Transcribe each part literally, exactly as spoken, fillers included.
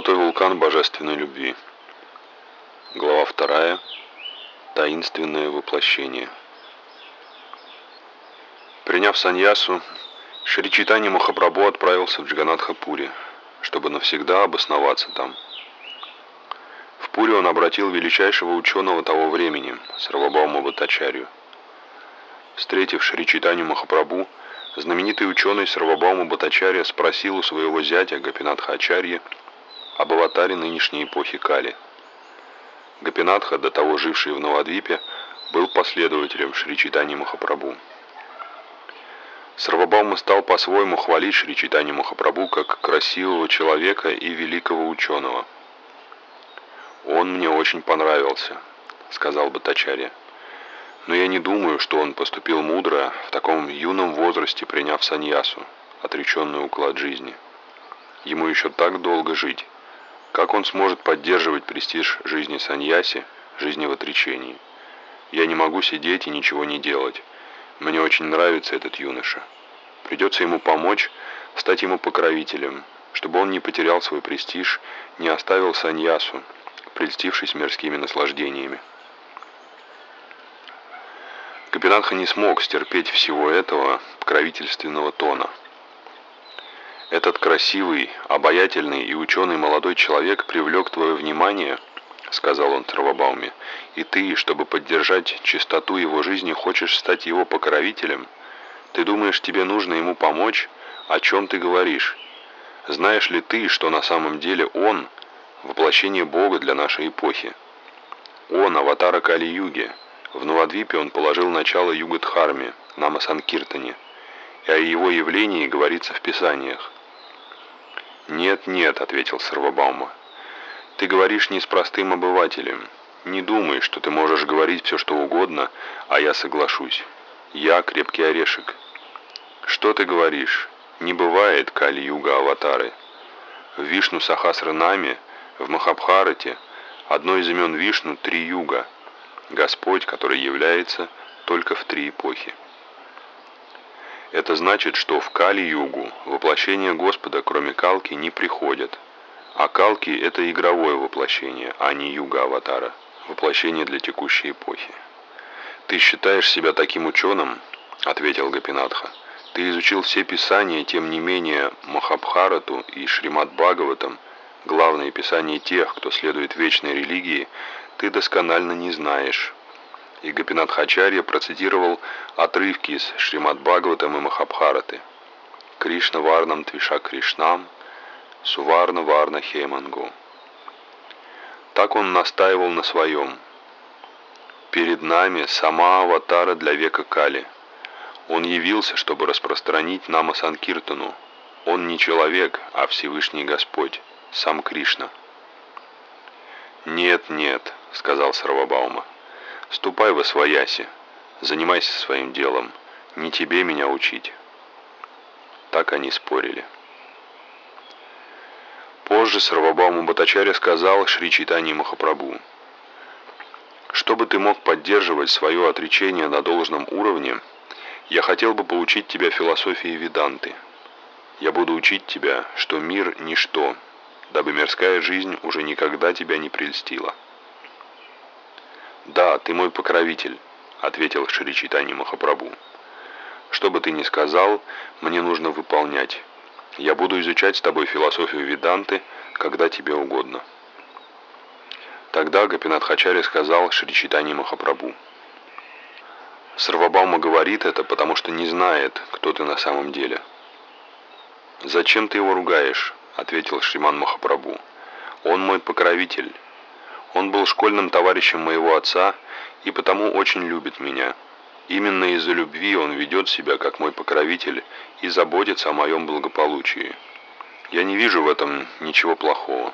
Золотой вулкан божественной любви. Глава вторая. Таинственное воплощение. Приняв саньясу, Шри Чайтанья Махапрабху отправился в Джаганнатха-Пури, чтобы навсегда обосноваться там. В Пури он обратил величайшего ученого того времени, Сарвабхаума Бхаттачарью. Встретив Шри Чайтанью Махапрабху, знаменитый ученый Сарвабхаума Бхаттачарья спросил у своего зятя Гопинатха Ачарьи об аватаре нынешней эпохи Кали. Гопинатха, до того живший в Навадвипе, был последователем Шри Чайтаньи Махапрабху. Сарвабхаума стал по-своему хвалить Шри Чайтанью Махапрабху как красивого человека и великого ученого. «Он мне очень понравился», — сказал Бхаттачарья. «Но я не думаю, что он поступил мудро, в таком юном возрасте приняв саньясу, отреченный уклад жизни. Ему еще так долго жить. Как он сможет поддерживать престиж жизни саньяси, жизни в отречении? Я не могу сидеть и ничего не делать. Мне очень нравится этот юноша. Придется ему помочь, стать ему покровителем, чтобы он не потерял свой престиж, не оставил саньясу, прельстившись мирскими наслаждениями». Гопинатха не смог стерпеть всего этого покровительственного тона. «Этот красивый, обаятельный и ученый молодой человек привлек твое внимание, — сказал он Сарвабхауме, — и ты, чтобы поддержать чистоту его жизни, хочешь стать его покровителем? Ты думаешь, тебе нужно ему помочь? О чем ты говоришь? Знаешь ли ты, что на самом деле он — воплощение Бога для нашей эпохи? Он — аватара Кали-юги. В Навадвипе он положил начало Юга-дхарме, Нама-санкиртане, и о его явлении говорится в Писаниях». «Нет, нет», — ответил Сарвабхаума, — «ты говоришь не с простым обывателем. Не думай, что ты можешь говорить все, что угодно, а я соглашусь. Я крепкий орешек. Что ты говоришь? Не бывает Кали-юга аватары. В Вишну-сахасранаме, в Махабхарате, одно из имен Вишну — три юга. Господь, который является только в три эпохи. Это значит, что в Кали-югу воплощения Господа, кроме Калки, не приходят. А Калки — это игровое воплощение, а не юга-аватара, воплощение для текущей эпохи. «Ты считаешь себя таким ученым?» — ответил Гопинатха. «Ты изучил все писания, тем не менее Махабхарату и Шримад-Бхагаватам, главные писания тех, кто следует вечной религии, ты досконально не знаешь». И Гопинатха Ачарья процитировал отрывки из Шримад-Бхагаватам и Махабхараты. «Кришна варнам твиша Кришнам, суварна варна хемангу». Так он настаивал на своем. «Перед нами сама аватара для века Кали. Он явился, чтобы распространить Нама Санкиртану. Он не человек, а Всевышний Господь, сам Кришна». «Нет, нет», — сказал Сарвабхаума, — «ступай восвояси, занимайся своим делом, не тебе меня учить». Так они спорили. Позже Сарвабхаума Бхаттачарья сказал Шри Чайтанье Махапрабху: «Чтобы ты мог поддерживать свое отречение на должном уровне, я хотел бы поучить тебя философии Веданты. Я буду учить тебя, что мир – ничто, дабы мирская жизнь уже никогда тебя не прельстила». «Да, ты мой покровитель», — ответил Шри Чайтанья Махапрабху. «Что бы ты ни сказал, мне нужно выполнять. Я буду изучать с тобой философию Веданты, когда тебе угодно». Тогда Гопинатха Ачарья сказал Шри Чайтанье Махапрабху: «Сарвабхаума говорит это, потому что не знает, кто ты на самом деле». «Зачем ты его ругаешь?» — ответил Шриман Махапрабху. «Он мой покровитель. Он был школьным товарищем моего отца и потому очень любит меня. Именно из-за любви он ведет себя как мой покровитель и заботится о моем благополучии. Я не вижу в этом ничего плохого».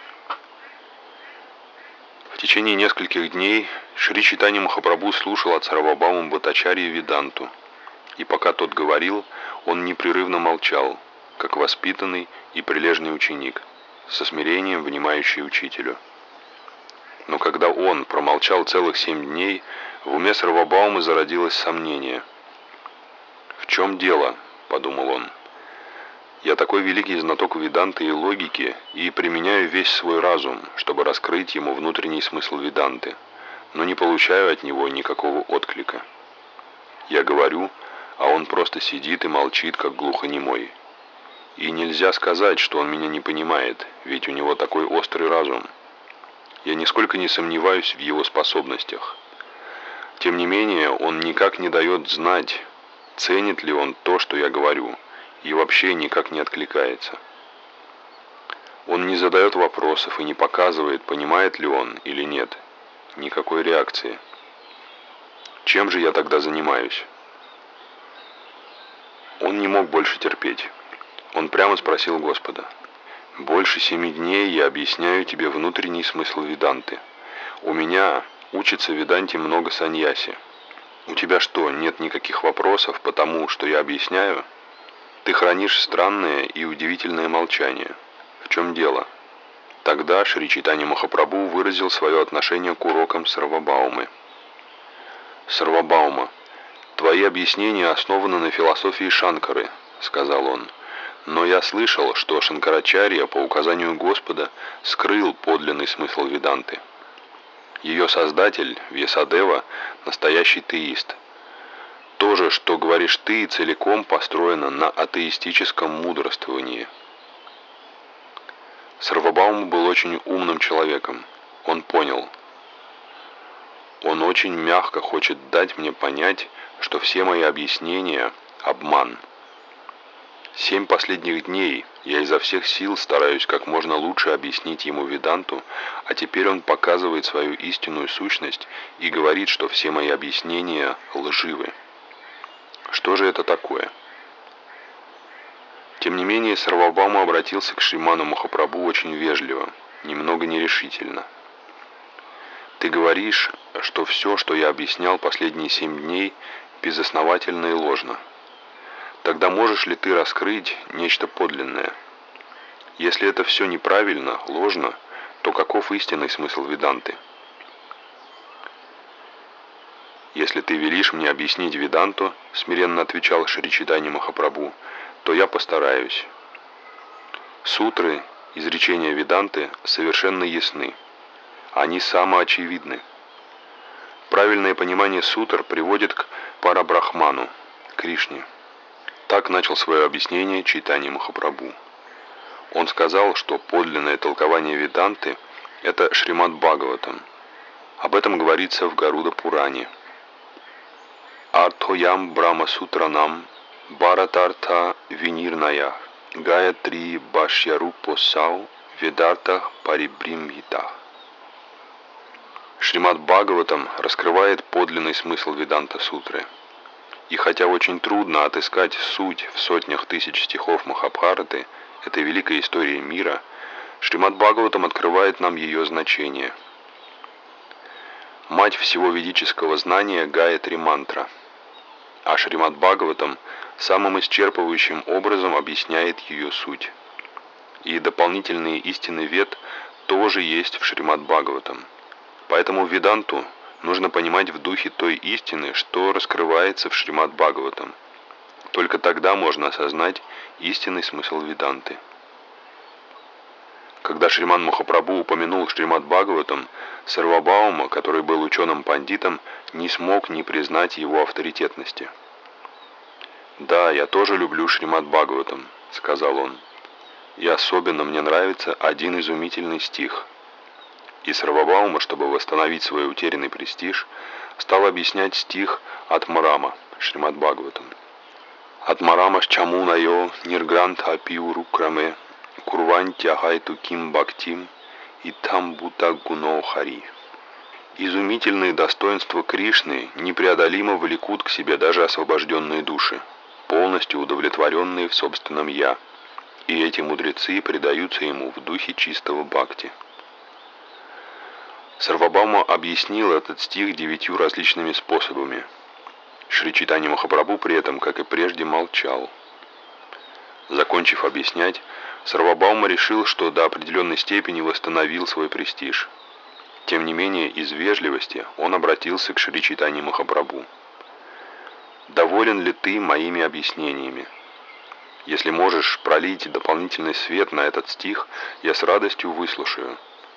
В течение нескольких дней Шри Чайтанья Махапрабху слушал от Сарвабхаума Бхаттачарьи Веданту, и пока тот говорил, он непрерывно молчал, как воспитанный и прилежный ученик, со смирением внимающий учителю. Но когда он промолчал целых семь дней, в уме Сарвабхаумы зародилось сомнение. «В чем дело?» — подумал он. Я такой великий знаток веданты и логики и применяю весь свой разум, чтобы раскрыть ему внутренний смысл веданты, но не получаю от него никакого отклика. Я говорю, а он просто сидит и молчит, как глухонемой. И нельзя сказать, что он меня не понимает, ведь у него такой острый разум. Я нисколько не сомневаюсь в его способностях. Тем не менее, он никак не дает знать, ценит ли он то, что я говорю, и вообще никак не откликается. Он не задает вопросов и не показывает, понимает ли он или нет. Никакой реакции. Чем же я тогда занимаюсь? Он не мог больше терпеть. Он прямо спросил Господа: «Больше семи дней я объясняю тебе внутренний смысл веданты. У меня учится веданте много саньяси. У тебя что, нет никаких вопросов по тому, что я объясняю? Ты хранишь странное и удивительное молчание. В чем дело?» Тогда Шри Чайтанья Махапрабху выразил свое отношение к урокам Сарвабаумы. «Сарвабаума, твои объяснения основаны на философии Шанкары», — сказал он. «Но я слышал, что Шанкарачарья по указанию Господа скрыл подлинный смысл веданты. Ее создатель, Вьясадева, настоящий теист. То же, что говоришь ты, целиком построено на атеистическом мудрствовании». Сарвабаума был очень умным человеком. Он понял. Он очень мягко хочет дать мне понять, что все мои объяснения – обман. Семь последних дней я изо всех сил стараюсь как можно лучше объяснить ему веданту, а теперь он показывает свою истинную сущность и говорит, что все мои объяснения лживы. Что же это такое? Тем не менее, Сарвабаума обратился к Шриману Махапрабху очень вежливо, немного нерешительно. «Ты говоришь, что все, что я объяснял последние семь дней, безосновательно и ложно. Тогда можешь ли ты раскрыть нечто подлинное? Если это все неправильно, ложно, то каков истинный смысл веданты?» «Если ты велишь мне объяснить веданту, — смиренно отвечал Шри Чайтанья Махапрабху, — то я постараюсь. Сутры, изречения веданты совершенно ясны. Они самоочевидны. Правильное понимание сутр приводит к Парабрахману, Кришне». Так начал свое объяснение Чайтанья Махапрабху. Он сказал, что подлинное толкование веданты – это Шримад Бхагаватам. Об этом говорится в Гаруда Пуране. «Артхоям Брахма Сутранам Бхаратарта Винирная Гаятри Башьярупосау Ведартах Парибримхитах». Шримад Бхагаватам раскрывает подлинный смысл Веданта Сутры. И хотя очень трудно отыскать суть в сотнях тысяч стихов Махабхараты, этой великой истории мира, Шримад Бхагаватам открывает нам ее значение. Мать всего ведического знания Гаятри мантра. А Шримад Бхагаватам самым исчерпывающим образом объясняет ее суть. И дополнительные истины Вед тоже есть в Шримад Бхагаватам. Поэтому веданту нужно понимать в духе той истины, что раскрывается в Шримад Бхагаватам. Только тогда можно осознать истинный смысл веданты. Когда Шриман Махапрабху упомянул Шримад Бхагаватам, Сарвабаума, который был ученым-пандитом, не смог не признать его авторитетности. «Да, я тоже люблю Шримад Бхагаватам», — сказал он. «И особенно мне нравится один изумительный стих». И Сарвабаума, чтобы восстановить свой утерянный престиж, стал объяснять стих Атмарама, Шримад Бхагаватам. «Атмарама шчамунайо ниргрантха пиурукраме курвантьягайту ким бхактим итам бута гуно хари». Изумительные достоинства Кришны непреодолимо влекут к себе даже освобожденные души, полностью удовлетворенные в собственном «я», и эти мудрецы предаются ему в духе чистого бхакти. Сарвабаума объяснил этот стих девятью различными способами. Шри Чайтанья Махапрабху при этом, как и прежде, молчал. Закончив объяснять, Сарвабаума решил, что до определенной степени восстановил свой престиж. Тем не менее, из вежливости он обратился к Шри Чайтанье Махапрабху. «Доволен ли ты моими объяснениями? Если можешь пролить дополнительный свет на этот стих, я с радостью выслушаю».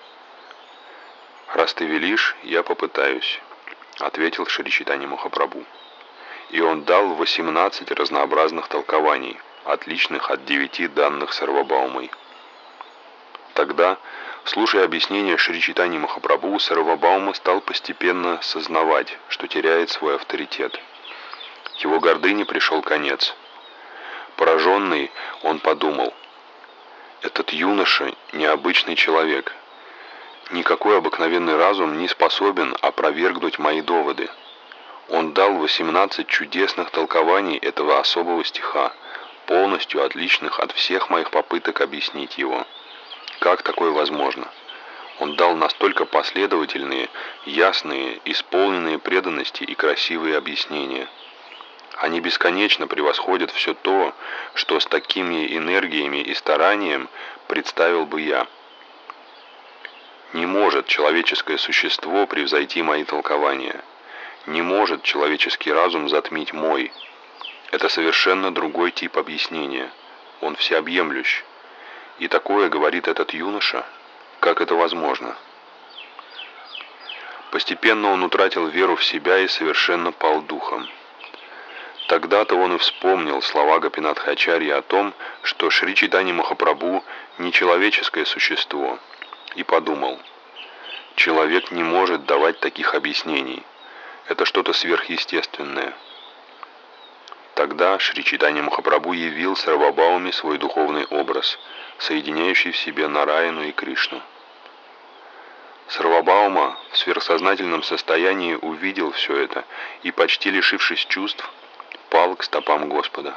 «Раз ты велишь, я попытаюсь», — ответил Шри Чайтанья Махапрабху. И он дал восемнадцать разнообразных толкований, отличных от девяти данных Сарвабаумой. Тогда, слушая объяснения Шри Чайтаньи Махапрабху, Сарвабаума стал постепенно сознавать, что теряет свой авторитет. Его гордыне пришел конец. Пораженный, он подумал: «Этот юноша – необычный человек. Никакой обыкновенный разум не способен опровергнуть мои доводы. Он дал восемнадцать чудесных толкований этого особого стиха, полностью отличных от всех моих попыток объяснить его. Как такое возможно? Он дал настолько последовательные, ясные, исполненные преданности и красивые объяснения. Они бесконечно превосходят все то, что с такими энергиями и старанием представил бы я. Не может человеческое существо превзойти мои толкования. Не может человеческий разум затмить мой. Это совершенно другой тип объяснения. Он всеобъемлющ. И такое говорит этот юноша, как это возможно?» Постепенно он утратил веру в себя и совершенно пал духом. Тогда-то он и вспомнил слова Гопинатха Ачарьи о том, что Шри Чайтанья Махапрабху не человеческое существо, и подумал: человек не может давать таких объяснений. Это что-то сверхъестественное. Тогда Шри Чайтанья Махапрабху явил Сарвабауме свой духовный образ, соединяющий в себе Нараяну и Кришну. Сарвабаума в сверхсознательном состоянии увидел все это и, почти лишившись чувств, пал к стопам Господа.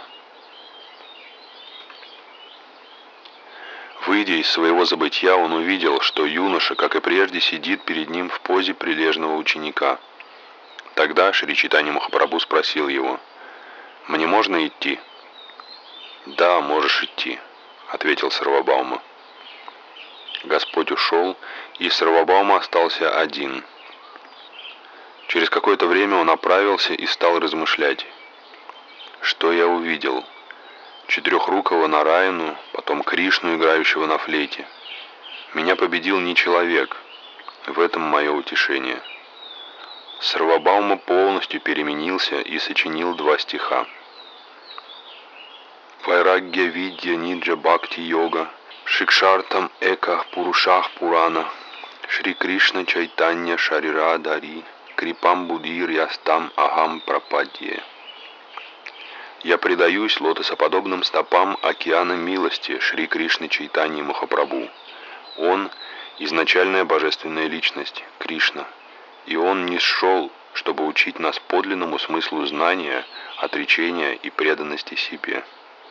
Выйдя из своего забытья, он увидел, что юноша, как и прежде, сидит перед ним в позе прилежного ученика. Тогда Шри Чайтанья Махапрабху спросил его: «Мне можно идти?» «Да, можешь идти», — ответил Сарвабаума. Господь ушел, и Сарвабаума остался один. Через какое-то время он оправился и стал размышлять. «Что я увидел? Четырехрукого Нараяну, потом Кришну, играющего на флейте. Меня победил не человек. В этом мое утешение». Сарвабаума полностью переменился и сочинил два стиха. «Вайрагья видья ниджа бхакти йога, шикшартам эка пурушах пурана, Шри Кришна Чайтанья Шарира Дари, крипам будир ястам агам прападье». «Я предаюсь лотосоподобным стопам океана милости Шри Кришны Чайтаньи Махапрабху. Он – изначальная божественная личность, Кришна, и Он нисшел, чтобы учить нас подлинному смыслу знания, отречения и преданности себе.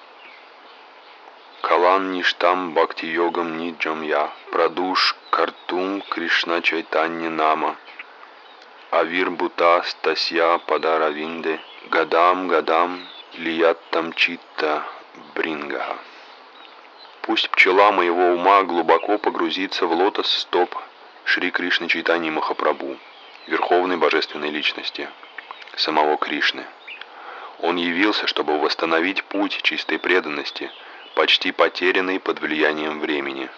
Калан ништам бхакти-йогам ниджам я, прадуш картум Кришна Чайтанья нама, авирбута стасья падаравинде, гадам гадам лияттам читта бринга». Пусть пчела моего ума глубоко погрузится в лотос стоп Шри Кришны Чайтаньи Махапрабху, Верховной Божественной Личности, самого Кришны. Он явился, чтобы восстановить путь чистой преданности, почти потерянный под влиянием времени.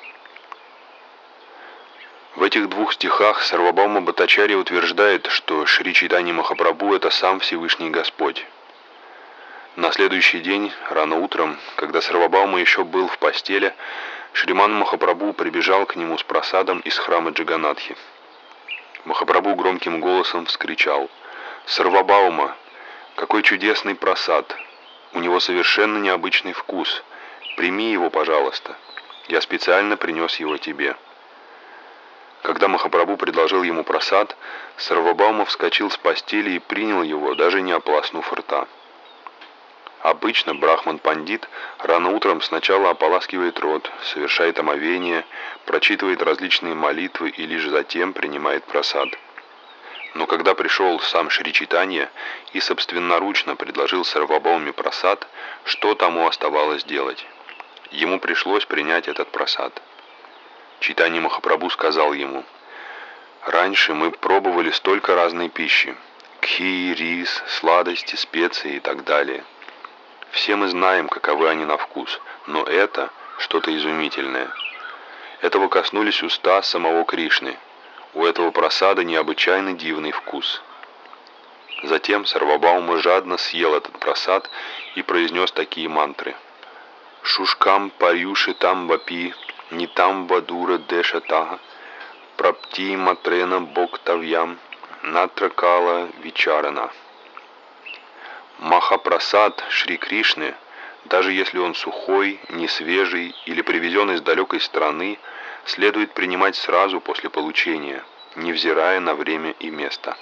В этих двух стихах Сарвабаума Бхаттачарья утверждает, что Шри Чайтанья Махапрабху – это сам Всевышний Господь. На следующий день, рано утром, когда Сарвабаума еще был в постели, Шриман Махапрабху прибежал к нему с прасадом из храма Джаганатхи. Махапрабху громким голосом вскричал: «Сарвабаума, какой чудесный прасад! У него совершенно необычный вкус. Прими его, пожалуйста. Я специально принес его тебе». Когда Махапрабху предложил ему прасад, Сарвабаума вскочил с постели и принял его, даже не ополоснув рта. Обычно брахман-пандит рано утром сначала ополаскивает рот, совершает омовение, прочитывает различные молитвы и лишь затем принимает прасад. Но когда пришел сам Шри Чайтанья и собственноручно предложил Сарвабауме прасад, что тому оставалось делать? Ему пришлось принять этот прасад. Чайтанья Махапрабху сказал ему: «Раньше мы пробовали столько разной пищи: кхи, рис, сладости, специи и так далее. Все мы знаем, каковы они на вкус, но это что-то изумительное. Этого коснулись уста самого Кришны. У этого прасада необычайно дивный вкус. Затем Сарвабаума жадно съел этот прасад и произнес такие мантры. Шушкам парюши там вапи, не там вадура дешатага, прапти матрена боктавьям, натракала вичарана. Махапрасад Шри Кришны, даже если он сухой, несвежий или привезен из далекой страны, следует принимать сразу после получения, невзирая на время и место.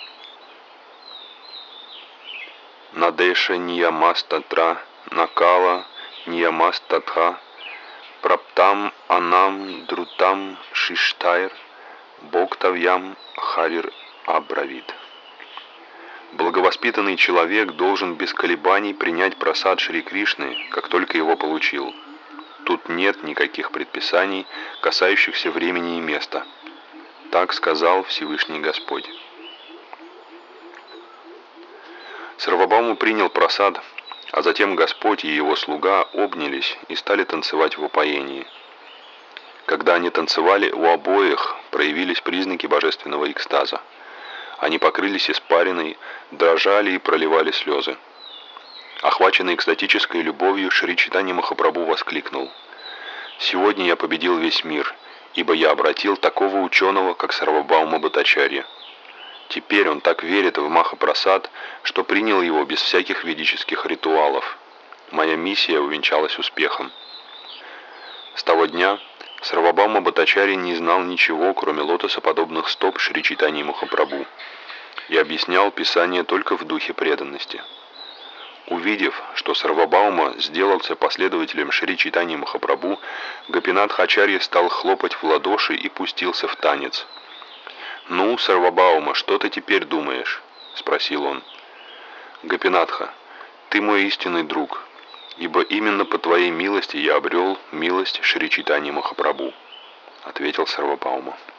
Надеша ниямастатра, накала ниямастатха, праптам анам друтам шиштайр, боктавьям харир абравид. Благовоспитанный человек должен без колебаний принять прасад Шри Кришны, как только его получил. Тут нет никаких предписаний, касающихся времени и места. Так сказал Всевышний Господь. Сарвабаума принял прасад, а затем Господь и его слуга обнялись и стали танцевать в упоении. Когда они танцевали, у обоих проявились признаки божественного экстаза. Они покрылись испариной, дрожали и проливали слезы. Охваченный экстатической любовью, Шри Чайтанья Махапрабху воскликнул: «Сегодня я победил весь мир, ибо я обратил такого ученого, как Сарвабаума Бхаттачарья. Теперь он так верит в Махапрасад, что принял его без всяких ведических ритуалов. Моя миссия увенчалась успехом». С того дня Сарвабаума Бхаттачарья не знал ничего, кроме лотосоподобных стоп Шри Чайтаньи Махапрабху, и объяснял Писание только в духе преданности. Увидев, что Сарвабаума сделался последователем Шри Чайтаньи Махапрабху, Гопинатх Ачарья стал хлопать в ладоши и пустился в танец. «Ну, Сарвабаума, что ты теперь думаешь?» — спросил он. «Гопинатха, ты мой истинный друг, ибо именно по твоей милости я обрел милость Шри Чайтаньи Махапрабху», — ответил Сарвабаума.